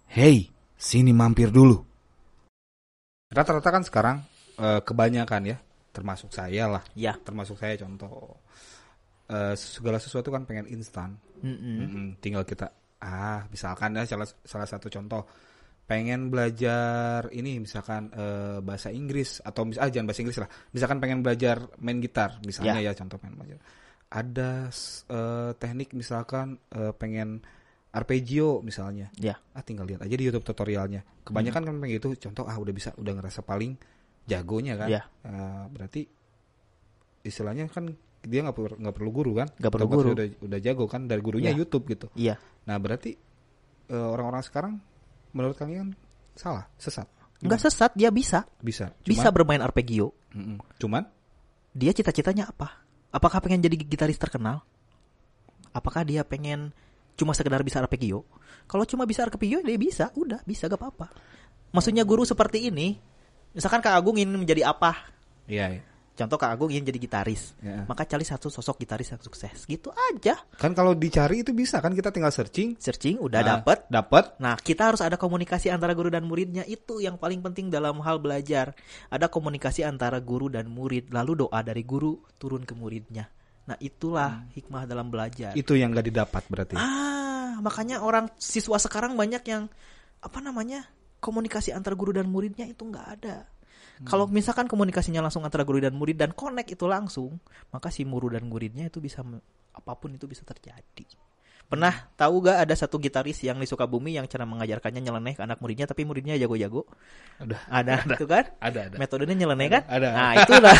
Hey, sini mampir dulu. Rata-rata kan sekarang kebanyakan ya, termasuk saya lah. Ya. Termasuk saya contoh. Segala sesuatu kan pengen instan. Tinggal kita, misalkan ya salah satu contoh. Pengen belajar ini misalkan bahasa Inggris atau jangan bahasa Inggris lah. Misalkan pengen belajar main gitar misalnya ya contoh pengen belajar. Ada teknik misalkan pengen arpeggio misalnya. Ya. Tinggal lihat aja di YouTube tutorialnya. Kebanyakan kan pengen gitu contoh udah ngerasa paling jagonya kan. Ya. Berarti istilahnya kan dia nggak perlu guru kan. Nggak perlu guru. Udah jago kan dari gurunya YouTube gitu. Iya. Nah, berarti orang-orang sekarang menurut kalian salah, sesat? Enggak sesat, dia bisa. Bisa Bermain arpeggio. Cuman dia cita-citanya apa? Apakah pengen jadi gitaris terkenal? Apakah dia pengen cuma sekedar bisa arpeggio? Kalau cuma bisa arpeggio dia bisa, udah bisa gak apa-apa. Maksudnya guru seperti ini, misalkan Kak Agung ingin menjadi apa? Iya. Contoh Kak Agung ingin jadi gitaris, maka cari satu sosok gitaris yang sukses, gitu aja. Kan kalau dicari itu bisa kan, kita tinggal searching Udah dapat. Nah, kita harus ada komunikasi antara guru dan muridnya, itu yang paling penting dalam hal belajar. Ada komunikasi antara guru dan murid, lalu doa dari guru turun ke muridnya. Nah, itulah hikmah dalam belajar. Itu yang gak didapat berarti. Makanya orang siswa sekarang banyak yang komunikasi antara guru dan muridnya itu nggak ada. Kalau misalkan komunikasinya langsung antara guru dan murid dan connect itu langsung, maka si guru dan muridnya itu bisa apapun itu bisa terjadi. Pernah tahu gak ada satu gitaris yang di Sukabumi yang cara mengajarkannya nyeleneh ke anak muridnya, tapi muridnya jago-jago? Ada. Itu kan? Ada. Metodenya nyeleneh kan? Ada. Nah, itulah.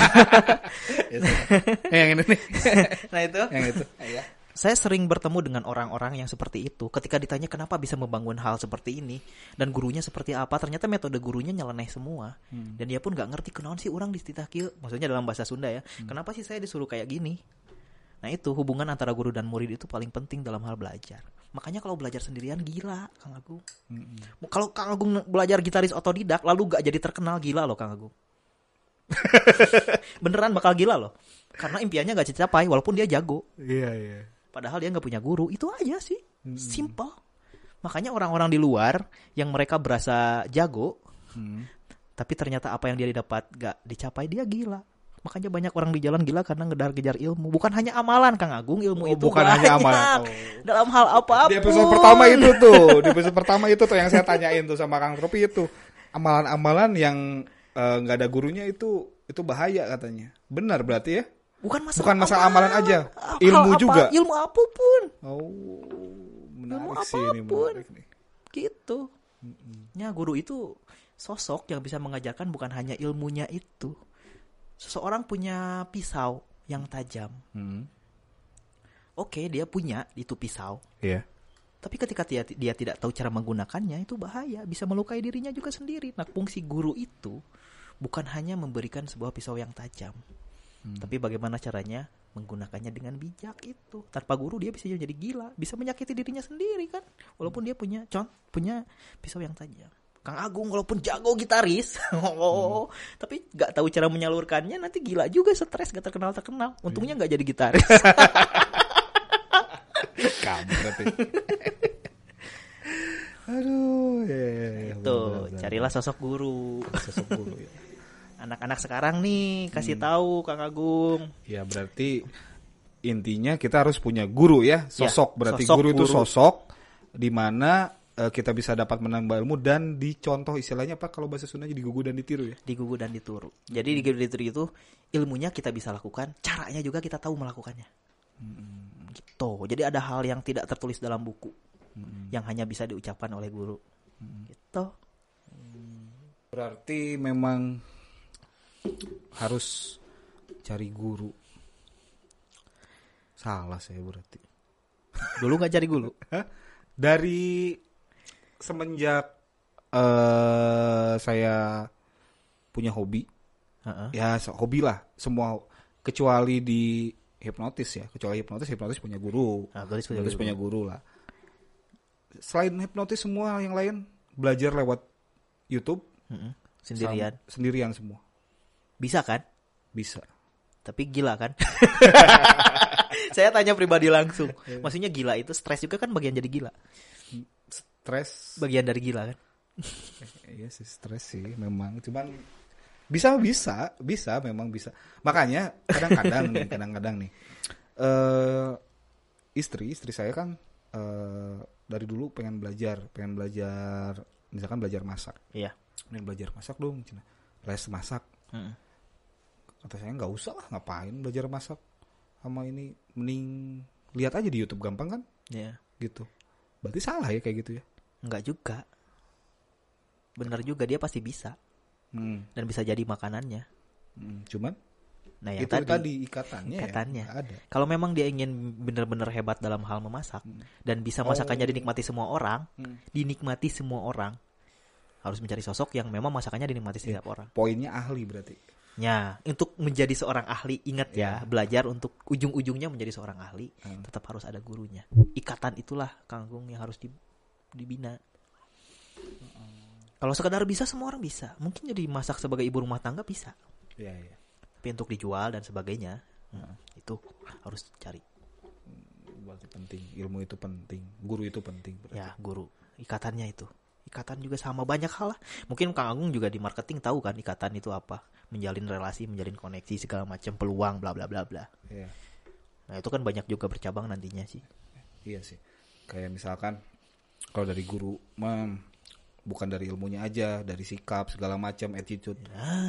Yang ini nih. Nah, itu. Yang itu. Iya. Saya sering bertemu dengan orang-orang yang seperti itu. Ketika ditanya kenapa bisa membangun hal seperti ini dan gurunya seperti apa, ternyata metode gurunya nyeleneh semua. Dan dia pun gak ngerti kenaon sih orang dititah kieu. Maksudnya dalam bahasa Sunda ya. Kenapa sih saya disuruh kayak gini? Nah, itu hubungan antara guru dan murid itu paling penting dalam hal belajar. Makanya kalau belajar sendirian gila, Kang Agung. Kalau Kang Agung belajar gitaris otodidak lalu gak jadi terkenal, gila loh Kang Agung. Beneran bakal gila loh. Karena impiannya gak tercapai walaupun dia jago. Iya. Padahal dia gak punya guru. Itu aja sih. Simple. Makanya orang-orang di luar yang mereka berasa jago, tapi ternyata apa yang dia dapat gak dicapai, dia gila. Makanya banyak orang di jalan gila karena ngejar-ngejar ilmu. Bukan hanya amalan Kang Agung, ilmu itu bukan banyak. Hanya amalan. Dalam hal apapun. Di episode pertama itu tuh yang saya tanyain tuh sama Kang Tropi itu. Amalan-amalan yang gak ada gurunya itu bahaya katanya. Benar berarti ya? Bukan masalah amalan aja, ilmu juga. Ilmu apapun. Menarik sih ini, menarik nih. Gitu. Ya, guru itu sosok yang bisa mengajarkan bukan hanya ilmunya itu. Seseorang punya pisau yang tajam. Oke, dia punya itu pisau. Iya. Tapi ketika dia tidak tahu cara menggunakannya, itu bahaya, bisa melukai dirinya juga sendiri. Nah, fungsi guru itu bukan hanya memberikan sebuah pisau yang tajam. Tapi bagaimana caranya menggunakannya dengan bijak itu. Tanpa guru dia bisa jadi gila, bisa menyakiti dirinya sendiri kan. Walaupun dia punya pisau yang tajam. Kang Agung walaupun jago gitaris, tapi gak tahu cara menyalurkannya, nanti gila juga, stres, gak terkenal. Untungnya gak jadi gitaris. Kamu berarti. Aduh, itu carilah sosok guru. Ya. Anak-anak sekarang nih kasih tahu Kang Agung. Ya, berarti intinya kita harus punya guru ya, sosok. Berarti guru itu sosok di mana kita bisa dapat menambah ilmu dan dicontoh, istilahnya apa kalau bahasa Sundanya, digugu dan ditiru ya. Digugu dan dituru. Jadi digugu dan ditiru itu ilmunya kita bisa lakukan, caranya juga kita tahu melakukannya. Gitu. Jadi ada hal yang tidak tertulis dalam buku, yang hanya bisa diucapkan oleh guru. Gitu. Berarti memang harus cari guru. Salah saya berarti. Dulu nggak cari guru? Dari semenjak saya punya hobi, ya hobi lah semua, kecuali di hipnotis ya. Kecuali hipnotis punya guru. Hipnotis punya guru lah. Selain hipnotis semua yang lain belajar lewat YouTube. Sendirian semua. Bisa kan? Bisa. Tapi gila kan? Saya tanya pribadi langsung. Maksudnya gila itu stres juga kan bagian jadi gila. Stres. Bagian dari gila kan? Iya sih, stres sih memang. Cuman bisa memang bisa. Makanya kadang-kadang nih istri saya kan dari dulu pengen belajar misalkan belajar masak. Iya. Pengen belajar masak dong, cina. Les masak. Kata saya nggak usah lah, ngapain belajar masak sama ini, mending lihat aja di YouTube, gampang kan? Iya. Gitu. Berarti salah ya kayak gitu ya? Enggak juga. Benar juga, dia pasti bisa. Dan bisa jadi makanannya. Cuman nah yang itu tadi ikatannya ya, ada. Kalau memang dia ingin benar-benar hebat dalam hal memasak dan bisa masakannya dinikmati semua orang, harus mencari sosok yang memang masakannya dinikmati setiap orang. Poinnya ahli berarti. Ya, untuk menjadi seorang ahli, ingat ya, belajar untuk ujung-ujungnya menjadi seorang ahli, tetap harus ada gurunya. Ikatan itulah, Kang Agung, yang harus dibina. Kalau sekedar bisa, semua orang bisa. Mungkin jadi masak sebagai ibu rumah tangga bisa. Iya. Tapi untuk dijual dan sebagainya, itu harus cari. Berarti penting, ilmu itu penting, guru itu penting berarti. Ya, guru. Ikatannya itu. Ikatan juga sama banyak hal lah. Mungkin Kang Agung juga di marketing tahu kan ikatan itu apa? Menjalin relasi, menjalin koneksi, segala macam, peluang, bla bla bla bla. Iya. Nah, itu kan banyak juga bercabang nantinya sih. Iya sih. Kayak misalkan kalau dari guru bukan dari ilmunya aja, dari sikap segala macam, attitude.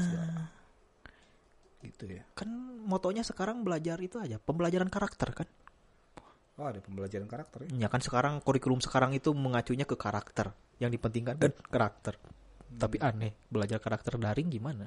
Gitu ya. Kan motonya sekarang belajar itu aja, pembelajaran karakter kan? Oh, ada pembelajaran karakter ya? Ya kan sekarang kurikulum sekarang itu mengacunya ke karakter. Yang dipentingkan kan karakter. Tapi aneh, belajar karakter daring gimana?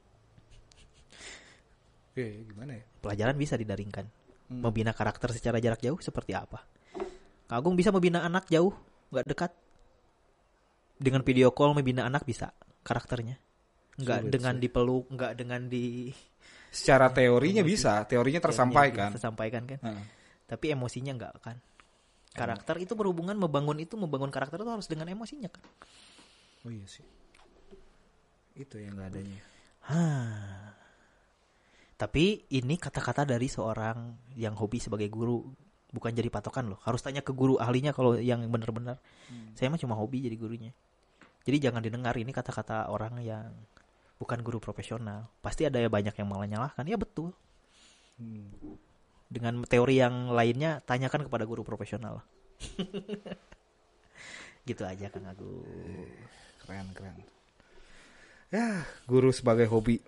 Gimana ya? Pelajaran bisa didaringkan. Membina karakter secara jarak jauh seperti apa? Kang Agung bisa membina anak jauh, nggak dekat. Dengan video call membina anak bisa karakternya. Nggak dengan dipeluk, nggak dengan di... Secara teorinya bisa, teorinya tersampaikan. Tersampaikan kan. Tapi emosinya nggak kan. Karakter itu berhubungan membangun karakter itu harus dengan emosinya kan. Oh iya sih. Itu yang nggak adanya. Tapi ini kata-kata dari seorang yang hobi sebagai guru, bukan jadi patokan loh. Harus tanya ke guru ahlinya kalau yang benar-benar. Saya mah cuma hobi jadi gurunya. Jadi jangan didengar ini kata-kata orang yang bukan guru profesional. Pasti ada ya banyak yang malah nyalahkan. Ya betul. Dengan teori yang lainnya tanyakan kepada guru profesional. Gitu aja Kang Agung. Keren. Ya, guru sebagai hobi.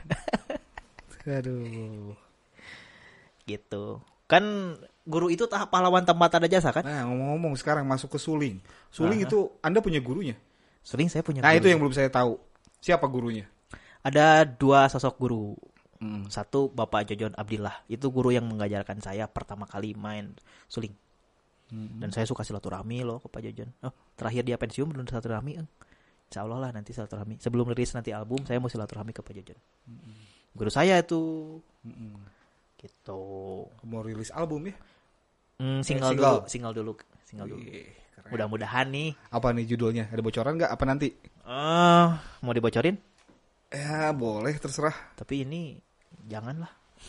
Aduh. Gitu. Kan guru itu pahlawan tempat ada jasa kan? Nah, ngomong-ngomong sekarang masuk ke suling. Suling itu Anda punya gurunya? Suling saya punya guru. Nah, itu yang belum saya tahu. Siapa gurunya? Ada 2 sosok guru. Satu Bapak Jojon Abdillah. Itu guru yang mengajarkan saya pertama kali main suling. Dan saya suka silaturahmi loh ke Pak Jojon. Terakhir dia pensiun belum silaturahmi. Insya Allah lah nanti silaturahmi. Sebelum rilis nanti album saya mau silaturahmi ke Pak Jojon. Guru saya itu. Gitu. Mau rilis album ya? Single dulu. Mudah-mudahan nih. Apa nih judulnya? Ada bocoran nggak? Apa nanti? Mau dibocorin? Ya boleh, terserah. Tapi ini janganlah.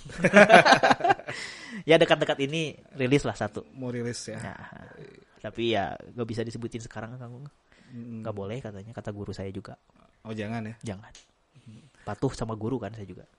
Ya dekat-dekat ini rilis lah satu. Mau rilis ya. Nah, tapi ya gak bisa disebutin sekarang Kang. Gak boleh katanya, kata guru saya juga. Oh jangan ya? Jangan. Patuh sama guru kan saya juga.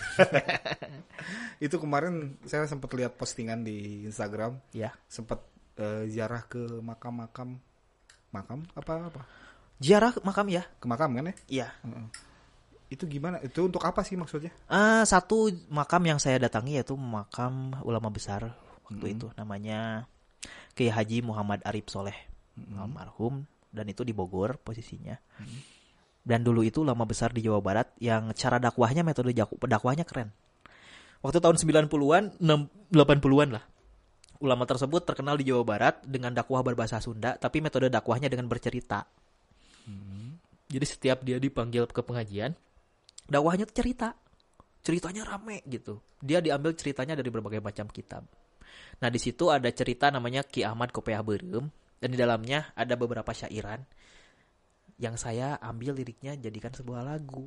Itu kemarin saya sempat lihat postingan di Instagram. Ya. Sempat ziarah ke makam apa? Ziarah makam ya? Ke makam kan ya? Iya. Itu gimana? Itu untuk apa sih maksudnya? Satu makam yang saya datangi yaitu makam ulama besar waktu itu, namanya Kiai Haji Muhammad Arif Soleh, almarhum, dan itu di Bogor posisinya. Dan dulu itu ulama besar di Jawa Barat yang cara dakwahnya, metode dakwahnya keren. Waktu tahun 90-an, 80-an lah. Ulama tersebut terkenal di Jawa Barat dengan dakwah berbahasa Sunda, tapi metode dakwahnya dengan bercerita. Jadi setiap dia dipanggil ke pengajian, dakwahnya tuh ceritanya rame gitu. Dia diambil ceritanya dari berbagai macam kitab. Nah di situ ada cerita namanya Ki Ahmad Kopiah Beureum, dan di dalamnya ada beberapa syairan yang saya ambil liriknya jadikan sebuah lagu.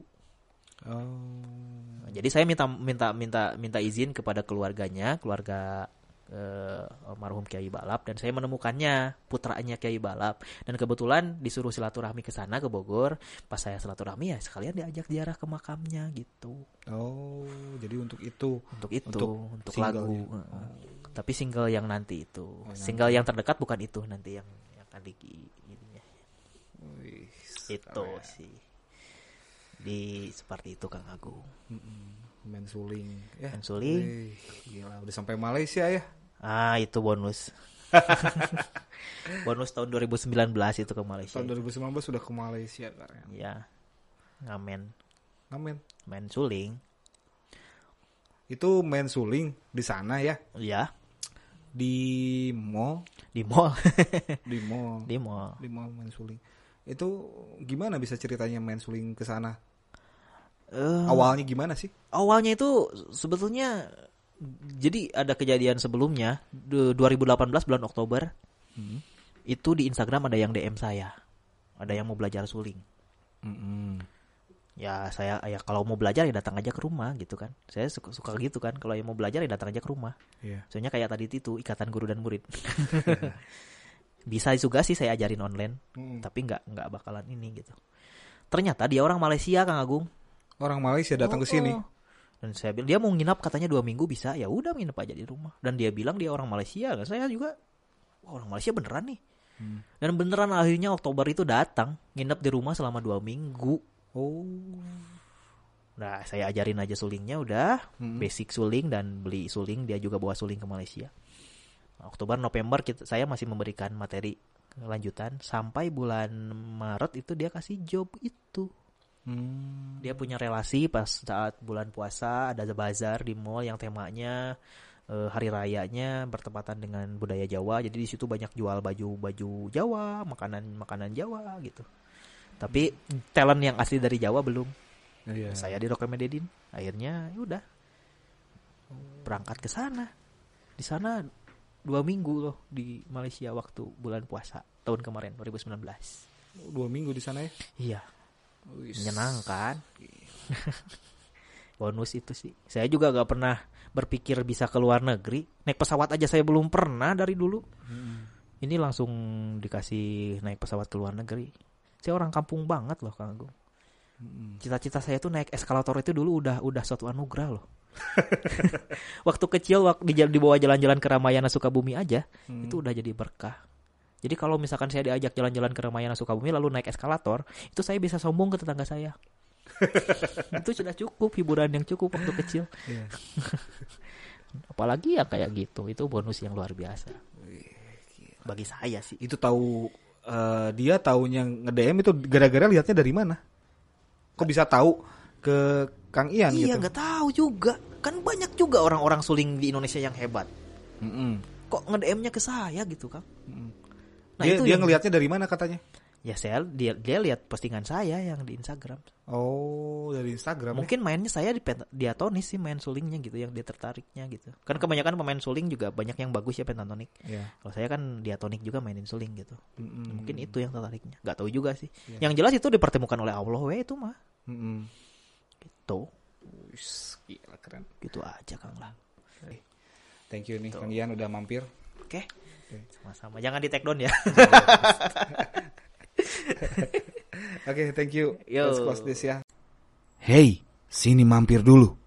Jadi saya minta izin kepada keluarga almarhum Kiai Balap, dan saya menemukannya, putranya Kiai Balap, dan kebetulan disuruh silaturahmi ke sana, ke Bogor. Pas saya silaturahmi ya sekalian diajak ziarah ke makamnya gitu. Oh, jadi untuk itu. Untuk lagu. Tapi single yang nanti itu. Single yang terdekat bukan itu, nanti yang akan ininya. Itu sih. Seperti itu Kang Agung. Main suling. Main suling. Gila, udah sampai Malaysia ya. Itu bonus. Bonus tahun 2019 itu ke Malaysia. Tahun 2019 sudah ke Malaysia kan. Iya. Ngamen. Main suling. Itu main suling di sana ya? Iya. Di mall. Di mall main suling. Itu gimana bisa ceritanya main suling ke sana? Awalnya gimana sih? Awalnya itu sebetulnya jadi ada kejadian sebelumnya 2018 bulan Oktober. Itu di Instagram ada yang DM saya. Ada yang mau belajar suling. Ya saya kalau mau belajar ya datang aja ke rumah gitu kan. Saya suka gitu kan. Kalau yang mau belajar ya datang aja ke rumah. Soalnya kayak tadi itu ikatan guru dan murid. Bisa juga sih saya ajarin online. Tapi nggak bakalan ini gitu. Ternyata dia orang Malaysia Kang Agung. Orang Malaysia datang ke sini. Dan saya bilang dia mau nginap katanya 2 minggu bisa. Ya udah nginep aja di rumah. Dan dia bilang dia orang Malaysia. Dan saya juga orang Malaysia beneran nih. Dan beneran akhirnya Oktober itu datang nginep di rumah selama 2 minggu. Nah saya ajarin aja sulingnya udah. Basic suling dan beli suling. Dia juga bawa suling ke Malaysia. Oktober November saya masih memberikan materi lanjutan. Sampai bulan Maret itu dia kasih job itu. Dia punya relasi pas saat bulan puasa ada bazar di mall yang temanya hari rayanya bertepatan dengan budaya Jawa. Jadi di situ banyak jual baju Jawa, makanan Jawa gitu. Tapi talent yang asli dari Jawa belum. Saya direkomendin. Akhirnya udah berangkat ke sana. Di sana 2 minggu loh di Malaysia waktu bulan puasa tahun kemarin 2019. 2 minggu di sana ya? Iya. Menyenangkan. Bonus itu sih. Saya juga gak pernah berpikir bisa ke luar negeri. Naik pesawat aja saya belum pernah dari dulu. Ini langsung dikasih naik pesawat ke luar negeri. Saya orang kampung banget loh Kang Agung. Cita-cita saya tuh naik eskalator itu dulu udah suatu anugerah loh. Waktu kecil dibawa jalan-jalan ke Ramayana Sukabumi aja, itu udah jadi berkah. Jadi kalau misalkan saya diajak jalan-jalan ke Ramayana Sukabumi lalu naik eskalator, itu saya bisa sombong ke tetangga saya. Itu sudah cukup, hiburan yang cukup waktu kecil. Apalagi ya kayak gitu, itu bonus yang luar biasa. Bagi saya sih. Itu tahu dia taunya nge-DM itu gara-gara lihatnya dari mana? Kok bisa tahu ke Kang Ian gitu? Iya, nggak tahu juga. Kan banyak juga orang-orang suling di Indonesia yang hebat. Kok nge-DM-nya ke saya gitu, Kang? Nah, dia ngelihatnya dari mana katanya? Ya dia lihat postingan saya yang di Instagram. Oh, dari Instagram. Mungkin mainnya saya di diatonis sih, main sulingnya gitu yang dia tertariknya gitu. Kan kebanyakan pemain suling juga banyak yang bagus ya pentatonik. Kalau saya kan diatonik juga mainin suling gitu. Mungkin itu yang tertariknya. Gak tahu juga sih. Yang jelas itu dipertemukan oleh Allah itu mah. Gitu. Gila keren. Gitu aja Kang lah. Thank you nih Kang Ian udah mampir. Oke. Sama-sama. Jangan di take down ya. Oke, thank you. Yo. Let's close this ya. Hey, sini mampir dulu.